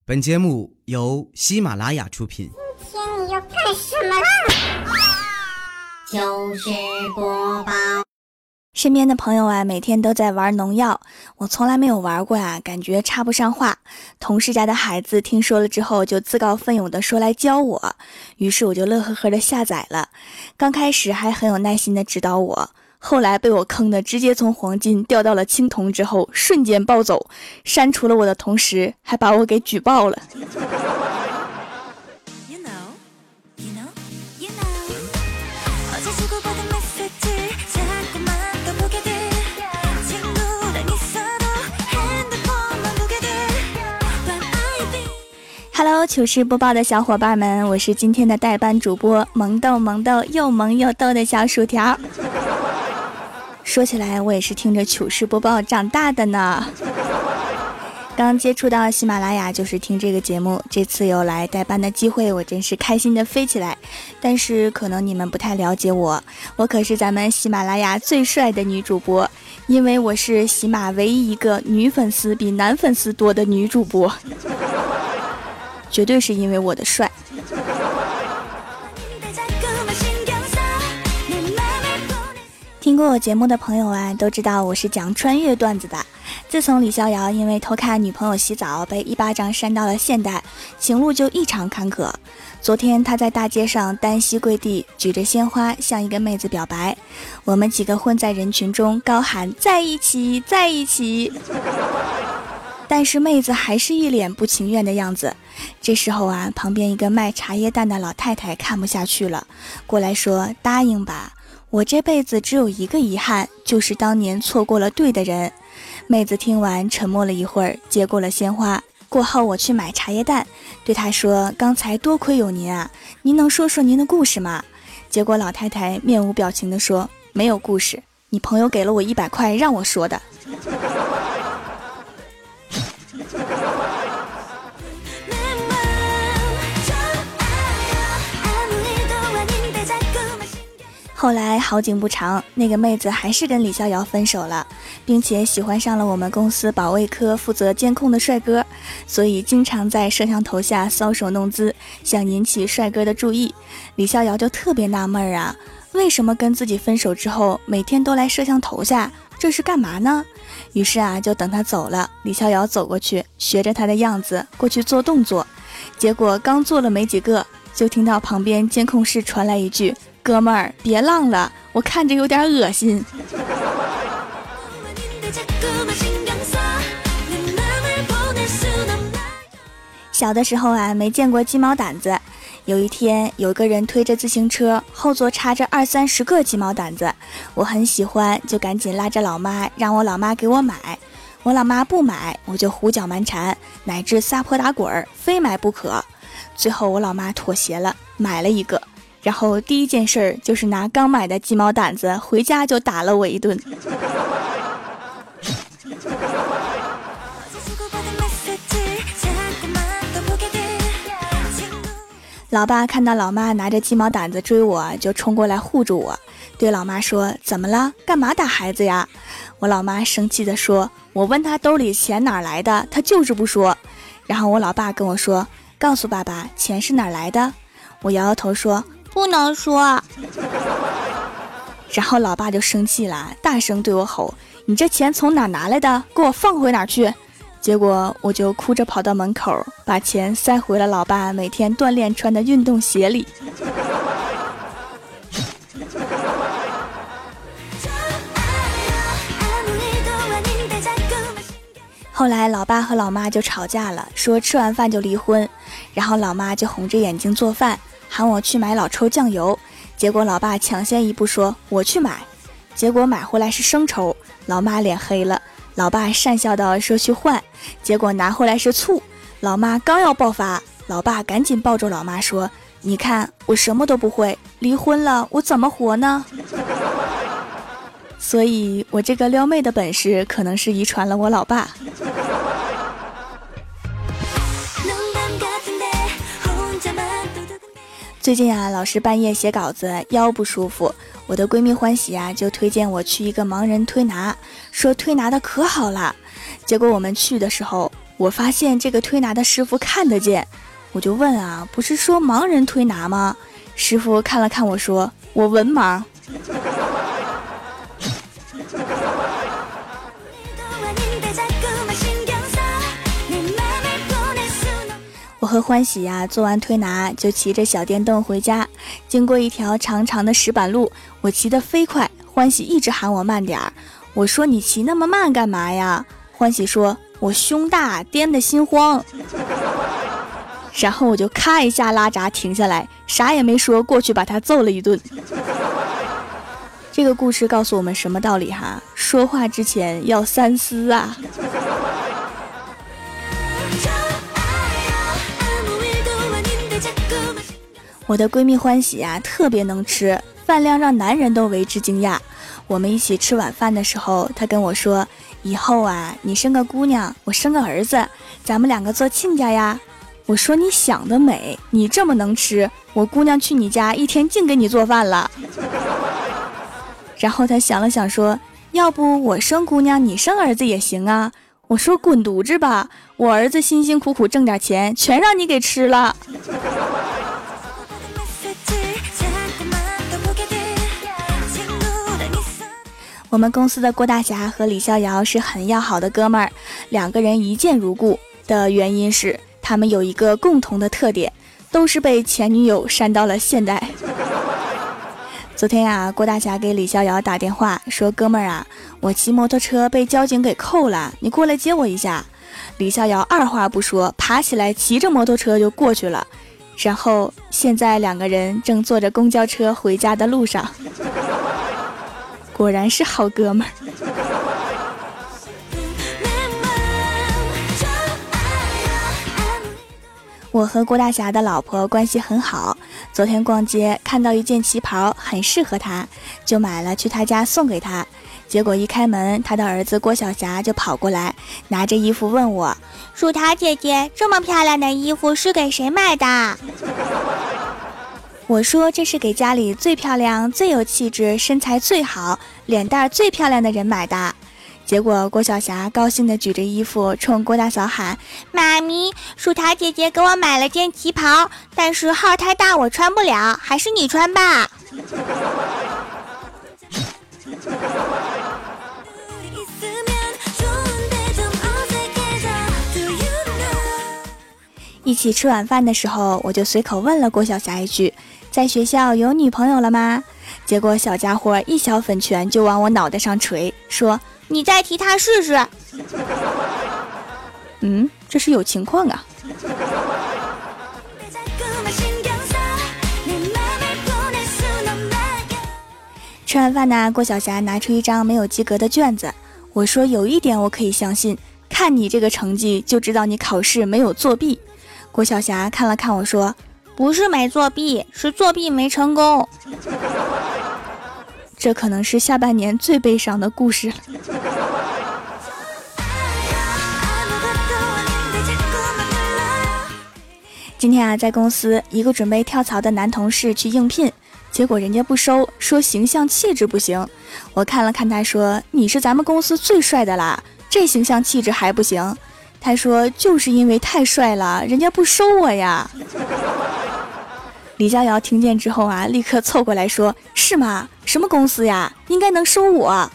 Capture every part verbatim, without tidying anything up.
本节目由喜马拉雅出品。 今天你要干什么啦？ 糗事播报。 身边的朋友啊，每天都在玩农药，我从来没有玩过啊，感觉插不上话。同事家的孩子听说了之后，就自告奋勇的说来教我，于是我就乐呵呵的下载了。刚开始还很有耐心的指导我，后来被我坑的直接从黄金掉到了青铜之后，瞬间暴走，删除了我的同时，还把我给举报了。Hello， 糗事播报的小伙伴们，我是今天的代班主播萌豆萌豆又萌又逗的小薯条。说起来，我也是听着糗事播报长大的呢。刚接触到喜马拉雅就是听这个节目，这次有来代班的机会，我真是开心的飞起来。但是可能你们不太了解我，我可是咱们喜马拉雅最帅的女主播，因为我是喜马唯一一个女粉丝比男粉丝多的女主播。绝对是因为我的帅。听过我节目的朋友啊，都知道我是讲穿越段子的。自从李逍遥因为偷看女朋友洗澡被一巴掌扇到了现代，情路就异常坎坷。昨天他在大街上单膝跪地，举着鲜花向一个妹子表白，我们几个混在人群中高喊在一起在一起，但是妹子还是一脸不情愿的样子。这时候啊，旁边一个卖茶叶蛋的老太太看不下去了，过来说答应吧，我这辈子只有一个遗憾，就是当年错过了对的人。妹子听完沉默了一会儿，接过了鲜花。过后我去买茶叶蛋，对她说刚才多亏有您啊，您能说说您的故事吗？结果老太太面无表情地说没有故事，你朋友给了我一百块让我说的。后来好景不长，那个妹子还是跟李逍遥分手了，并且喜欢上了我们公司保卫科负责监控的帅哥，所以经常在摄像头下搔首弄姿，想引起帅哥的注意。李逍遥就特别纳闷啊，为什么跟自己分手之后每天都来摄像头下，这是干嘛呢？于是啊，就等他走了，李逍遥走过去，学着他的样子过去做动作，结果刚做了没几个，就听到旁边监控室传来一句，哥们儿别浪了，我看着有点恶心。小的时候啊，没见过鸡毛掸子。有一天有个人推着自行车，后座插着二三十个鸡毛掸子，我很喜欢，就赶紧拉着老妈让我老妈给我买。我老妈不买，我就胡搅蛮缠，乃至撒泼打滚，非买不可。最后我老妈妥协了，买了一个。然后第一件事就是拿刚买的鸡毛掸子回家就打了我一顿。老爸看到老妈拿着鸡毛掸子追我，就冲过来护住我，对老妈说怎么了，干嘛打孩子呀？我老妈生气地说，我问他兜里钱哪来的，他就是不说。然后我老爸跟我说，告诉爸爸钱是哪来的。我摇摇头说不能说。然后老爸就生气了，大声对我吼，你这钱从哪拿来的，给我放回哪去。结果我就哭着跑到门口，把钱塞回了老爸每天锻炼穿的运动鞋里。后来老爸和老妈就吵架了，说吃完饭就离婚，然后老妈就红着眼睛做饭，喊我去买老抽酱油，结果老爸抢先一步说我去买，结果买回来是生抽，老妈脸黑了，老爸讪笑道说去换，结果拿回来是醋，老妈刚要爆发，老爸赶紧抱住老妈说，你看我什么都不会，离婚了我怎么活呢？所以我这个撩妹的本事可能是遗传了我老爸。最近啊，老是半夜写稿子，腰不舒服，我的闺蜜欢喜啊，就推荐我去一个盲人推拿，说推拿的可好了。结果我们去的时候， 我发现这个推拿的师傅看得见，我就问啊，不是说盲人推拿吗？师傅看了看我说，我文盲。我和欢喜呀、啊、做完推拿就骑着小电动回家，经过一条长长的石板路，我骑得飞快，欢喜一直喊我慢点儿。我说你骑那么慢干嘛呀？欢喜说我胸大颠得心慌。然后我就咔一下拉闸停下来，啥也没说，过去把他揍了一顿。这个故事告诉我们什么道理哈？说话之前要三思啊。我的闺蜜欢喜啊，特别能吃，饭量让男人都为之惊讶。我们一起吃晚饭的时候，她跟我说，以后啊，你生个姑娘，我生个儿子，咱们两个做亲家呀。我说你想得美，你这么能吃，我姑娘去你家一天净给你做饭了。然后她想了想说，要不我生姑娘你生儿子也行啊。我说滚犊子吧，我儿子辛辛苦苦挣点钱全让你给吃了。我们公司的郭大侠和李逍遥是很要好的哥们儿，两个人一见如故的原因是他们有一个共同的特点，都是被前女友删到了现代。昨天啊，郭大侠给李逍遥打电话说，哥们儿啊，我骑摩托车被交警给扣了，你过来接我一下。李逍遥二话不说，爬起来骑着摩托车就过去了。然后现在两个人正坐着公交车回家的路上。果然是好哥们儿。我和郭大侠的老婆关系很好，昨天逛街看到一件旗袍很适合他，就买了去他家送给他。结果一开门，他的儿子郭晓霞就跑过来，拿着衣服问我，树桃姐姐，这么漂亮的衣服是给谁买的？我说这是给家里最漂亮、最有气质、身材最好、脸蛋最漂亮的人买的。结果郭晓霞高兴地举着衣服冲郭大嫂喊，妈咪，树桃姐姐给我买了件旗袍，但是号太大我穿不了，还是你穿吧。一起吃晚饭的时候，我就随口问了郭晓霞一句，在学校有女朋友了吗？结果小家伙一小粉拳就往我脑袋上捶，说你再提他试试。嗯，这是有情况啊。吃完饭呢，郭晓霞拿出一张没有及格的卷子，我说有一点我可以相信，看你这个成绩就知道你考试没有作弊。郭晓霞看了看我说，不是没作弊，是作弊没成功。这可能是下半年最悲伤的故事了。今天啊，在公司一个准备跳槽的男同事去应聘，结果人家不收，说形象气质不行。我看了看他说，你是咱们公司最帅的啦，这形象气质还不行？他说就是因为太帅了，人家不收我呀。李逍遥听见之后啊，立刻凑过来说，是吗？什么公司呀？应该能收我。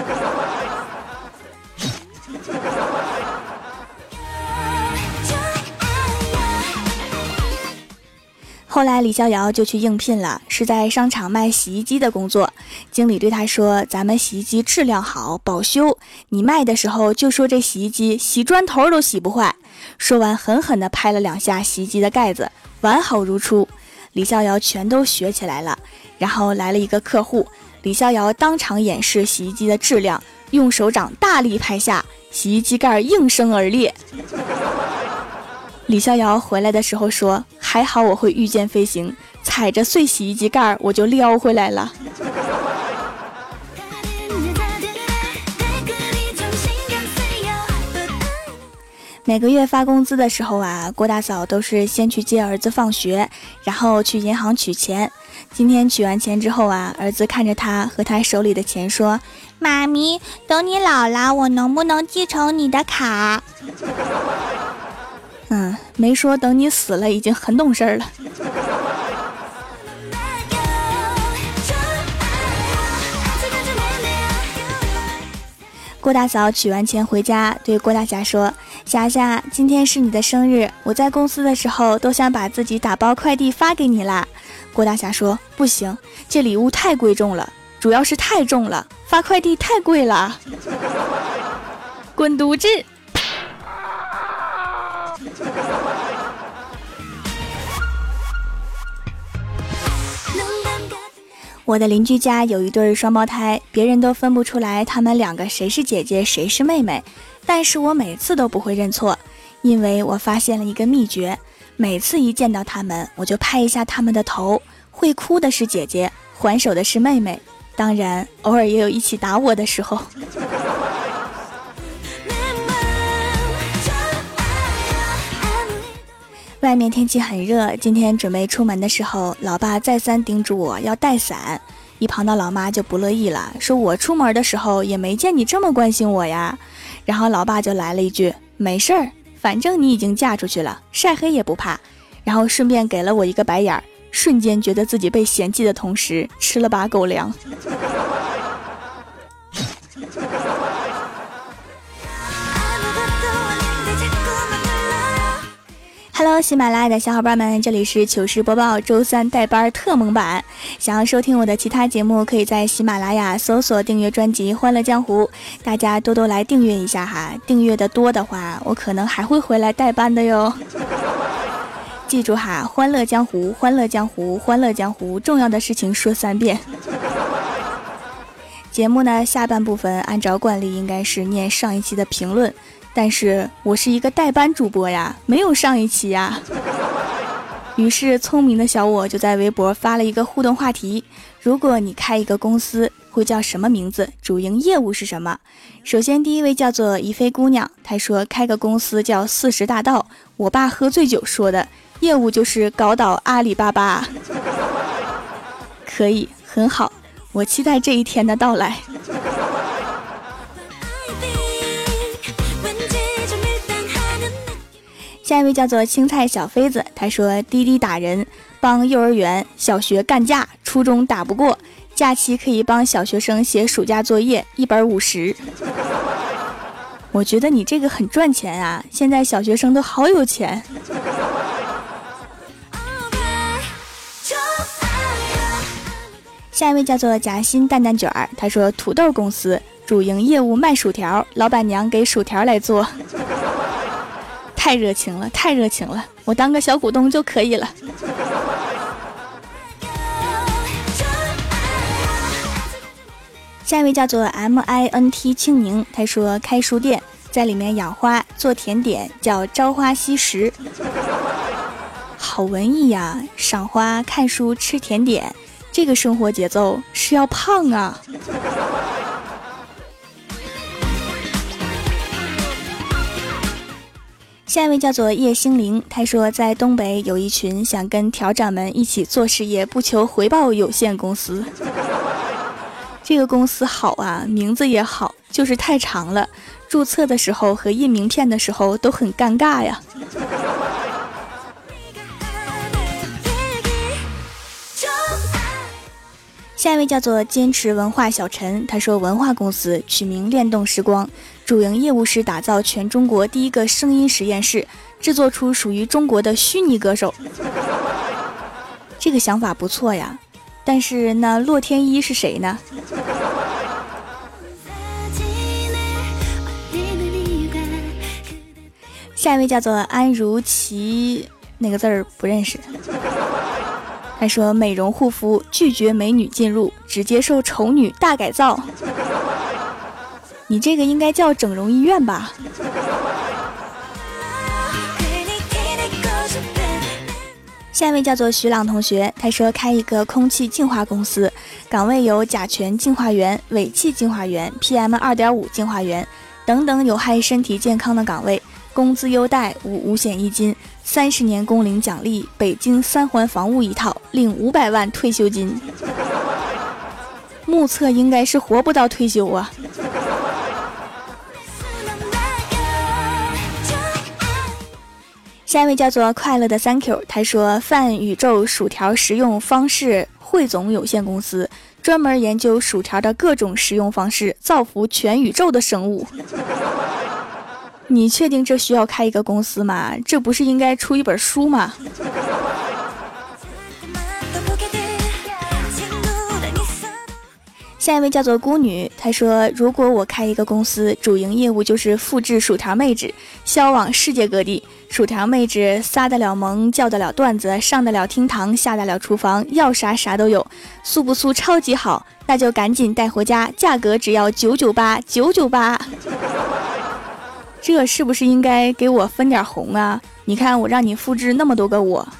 后来李逍遥就去应聘了，是在商场卖洗衣机的工作。经理对他说，咱们洗衣机质量好，保修，你卖的时候就说这洗衣机洗砖头都洗不坏。说完狠狠地拍了两下洗衣机的盖子，完好如初。李逍遥全都学起来了。然后来了一个客户，李逍遥当场演示洗衣机的质量，用手掌大力拍下，洗衣机盖应声而裂。李逍遥回来的时候说，还好我会御剑飞行，踩着碎洗衣机盖我就撩回来了。 每个月发工资的时候啊，郭大嫂都是先去接儿子放学，然后去银行取钱。今天取完钱之后啊，儿子看着他和他手里的钱说：妈咪，等你老了，我能不能继承你的卡？嗯，没说等你死了，已经很懂事了。郭大嫂取完钱回家，对郭大侠说：霞霞，今天是你的生日，我在公司的时候都想把自己打包快递发给你啦。郭大侠说：不行，这礼物太贵重了，主要是太重了，发快递太贵了。滚犊子！我的邻居家有一对双胞胎，别人都分不出来他们两个谁是姐姐谁是妹妹，但是我每次都不会认错，因为我发现了一个秘诀，每次一见到他们，我就拍一下他们的头，会哭的是姐姐，还手的是妹妹，当然偶尔也有一起打我的时候。外面天气很热，今天准备出门的时候，老爸再三叮嘱我要带伞，一旁的老妈就不乐意了，说我出门的时候也没见你这么关心我呀。然后老爸就来了一句：没事儿，反正你已经嫁出去了，晒黑也不怕。然后顺便给了我一个白眼儿，瞬间觉得自己被嫌弃的同时吃了把狗粮。Hello， 喜马拉雅的小伙伴们，这里是糗事播报周三带班特蒙版。想要收听我的其他节目，可以在喜马拉雅搜索订阅专辑《欢乐江湖》，大家多多来订阅一下哈。订阅的多的话，我可能还会回来带班的哟。记住哈，欢乐江湖，欢乐江湖，欢乐江湖，重要的事情说三遍。节目呢下半部分按照惯例应该是念上一期的评论。但是我是一个代班主播呀，没有上一期呀。于是聪明的小我就在微博发了一个互动话题：如果你开一个公司，会叫什么名字？主营业务是什么？首先第一位叫做一菲姑娘，她说开个公司叫四十大盗，我爸喝醉酒说的，业务就是搞倒阿里巴巴。可以，很好，我期待这一天的到来。下一位叫做青菜小妃子，他说滴滴打人，帮幼儿园小学干架，初中打不过，假期可以帮小学生写暑假作业，一本五十。我觉得你这个很赚钱啊，现在小学生都好有钱。下一位叫做夹心蛋蛋卷儿，他说土豆公司主营业务卖薯条，老板娘给薯条来做。太热情了，太热情了，我当个小股东就可以了。下一位叫做 M I N T 青柠，他说开书店，在里面养花做甜点，叫朝花夕拾。好文艺呀，赏花看书吃甜点，这个生活节奏是要胖啊。下一位叫做叶星灵，他说在东北有一群想跟条长们一起做事业不求回报有限公司。这个公司好啊，名字也好，就是太长了，注册的时候和印名片的时候都很尴尬呀。下一位叫做坚持文化小陈，他说文化公司取名恋动时光，主营业务是打造全中国第一个声音实验室，制作出属于中国的虚拟歌手。这个想法不错呀，但是那洛天依是谁呢？下一位叫做安如琪，那个字儿不认识。他说美容护肤拒绝美女进入，只接受丑女大改造。你这个应该叫整容医院吧。下一位叫做徐朗同学，他说开一个空气净化公司，岗位有甲醛净化员、尾气净化员、P M 二点五 净化员等等有害身体健康的岗位， 工资优待无五险一金，三十年工龄奖励，北京三环房屋一套，领五百万退休金。目测应该是活不到退休啊。下一位叫做快乐的 Thank you， 他说泛宇宙薯条食用方式汇总有限公司专门研究薯条的各种食用方式，造福全宇宙的生物。你确定这需要开一个公司吗？这不是应该出一本书吗？下一位叫做孤女，她说如果我开一个公司，主营业务就是复制薯条妹纸，销往世界各地。薯条妹纸撒得了萌，叫得了段子，上得了厅堂，下得了厨房，要啥啥都有，素不素超级好，那就赶紧带回家，价格只要九九八九九八。这是不是应该给我分点红啊？你看我让你复制那么多个我。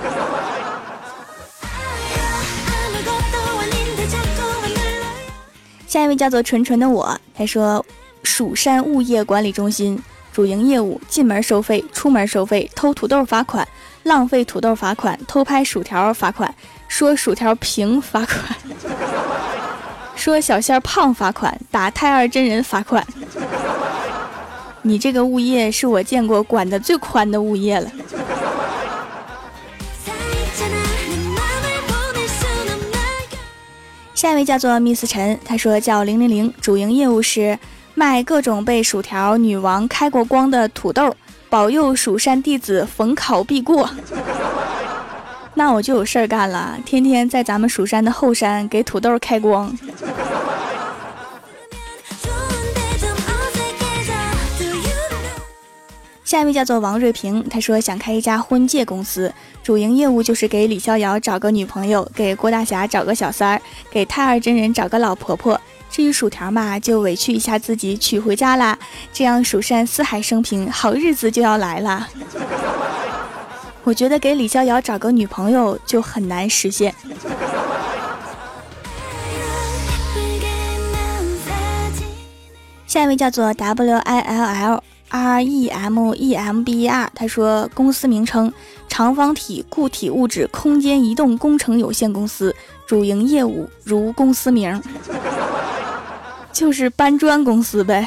下一位叫做纯纯的我，他说蜀山物业管理中心主营业务进门收费，出门收费，偷土豆罚款，浪费土豆罚款，偷拍薯条罚款，说薯条平罚款，说小仙胖罚款，打太二真人罚款。你这个物业是我见过管得最宽的物业了。下一位叫做 Miss 陈，他说叫零零零，主营业务是卖各种被薯条女王开过光的土豆，保佑蜀山弟子逢考必过。那我就有事儿干了，天天在咱们蜀山的后山给土豆开光。下一位叫做王瑞平，他说想开一家婚介公司，主营业务就是给李逍遥找个女朋友，给郭大侠找个小三儿，给太二真人找个老婆婆。至于薯条嘛，就委屈一下自己娶回家啦，这样蜀山四海升平，好日子就要来啦。我觉得给李逍遥找个女朋友就很难实现。下一位叫做 W I L L R E M E M B E R， 他说公司名称长方体固体物质空间移动工程有限公司，主营业务如公司名，就是搬砖公司呗。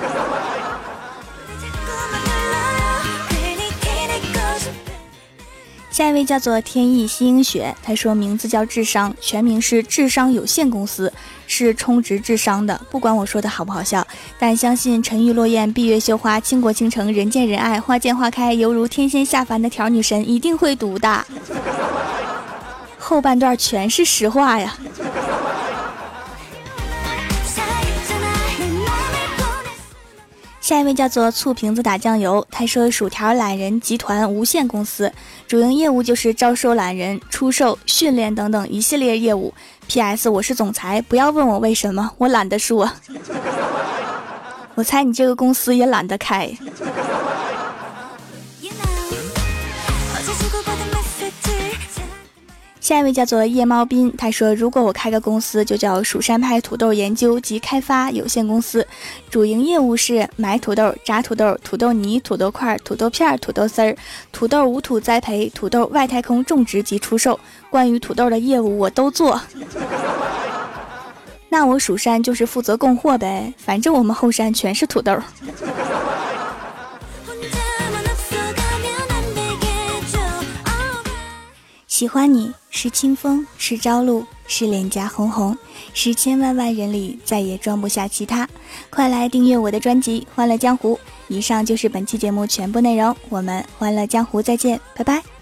下一位叫做天意新英雪，他说名字叫智商，全名是智商有限公司，是充值智商的。不管我说的好不好笑，但相信沉鱼落雁、闭月羞花、倾国倾城、人见人爱、花见花开，犹如天仙下凡的条女神一定会读的。后半段全是实话呀。下一位叫做醋瓶子打酱油，他说薯条懒人集团无限公司，主营业务就是招收懒人、出售、训练等等一系列业务。 P S 我是总裁，不要问我为什么，我懒得说。我猜你这个公司也懒得开。下一位叫做夜猫斌，他说如果我开个公司就叫蜀山派土豆研究及开发有限公司，主营业务是买土豆、炸土豆、土豆泥、土豆块、土豆片、土豆丝儿、土豆无土栽培、土豆外太空种植及出售，关于土豆的业务我都做。那我蜀山就是负责供货呗，反正我们后山全是土豆。喜欢你是清风，是朝露，是脸颊红红，是千万万人里再也装不下其他。快来订阅我的专辑《欢乐江湖》。以上就是本期节目全部内容，我们欢乐江湖再见，拜拜。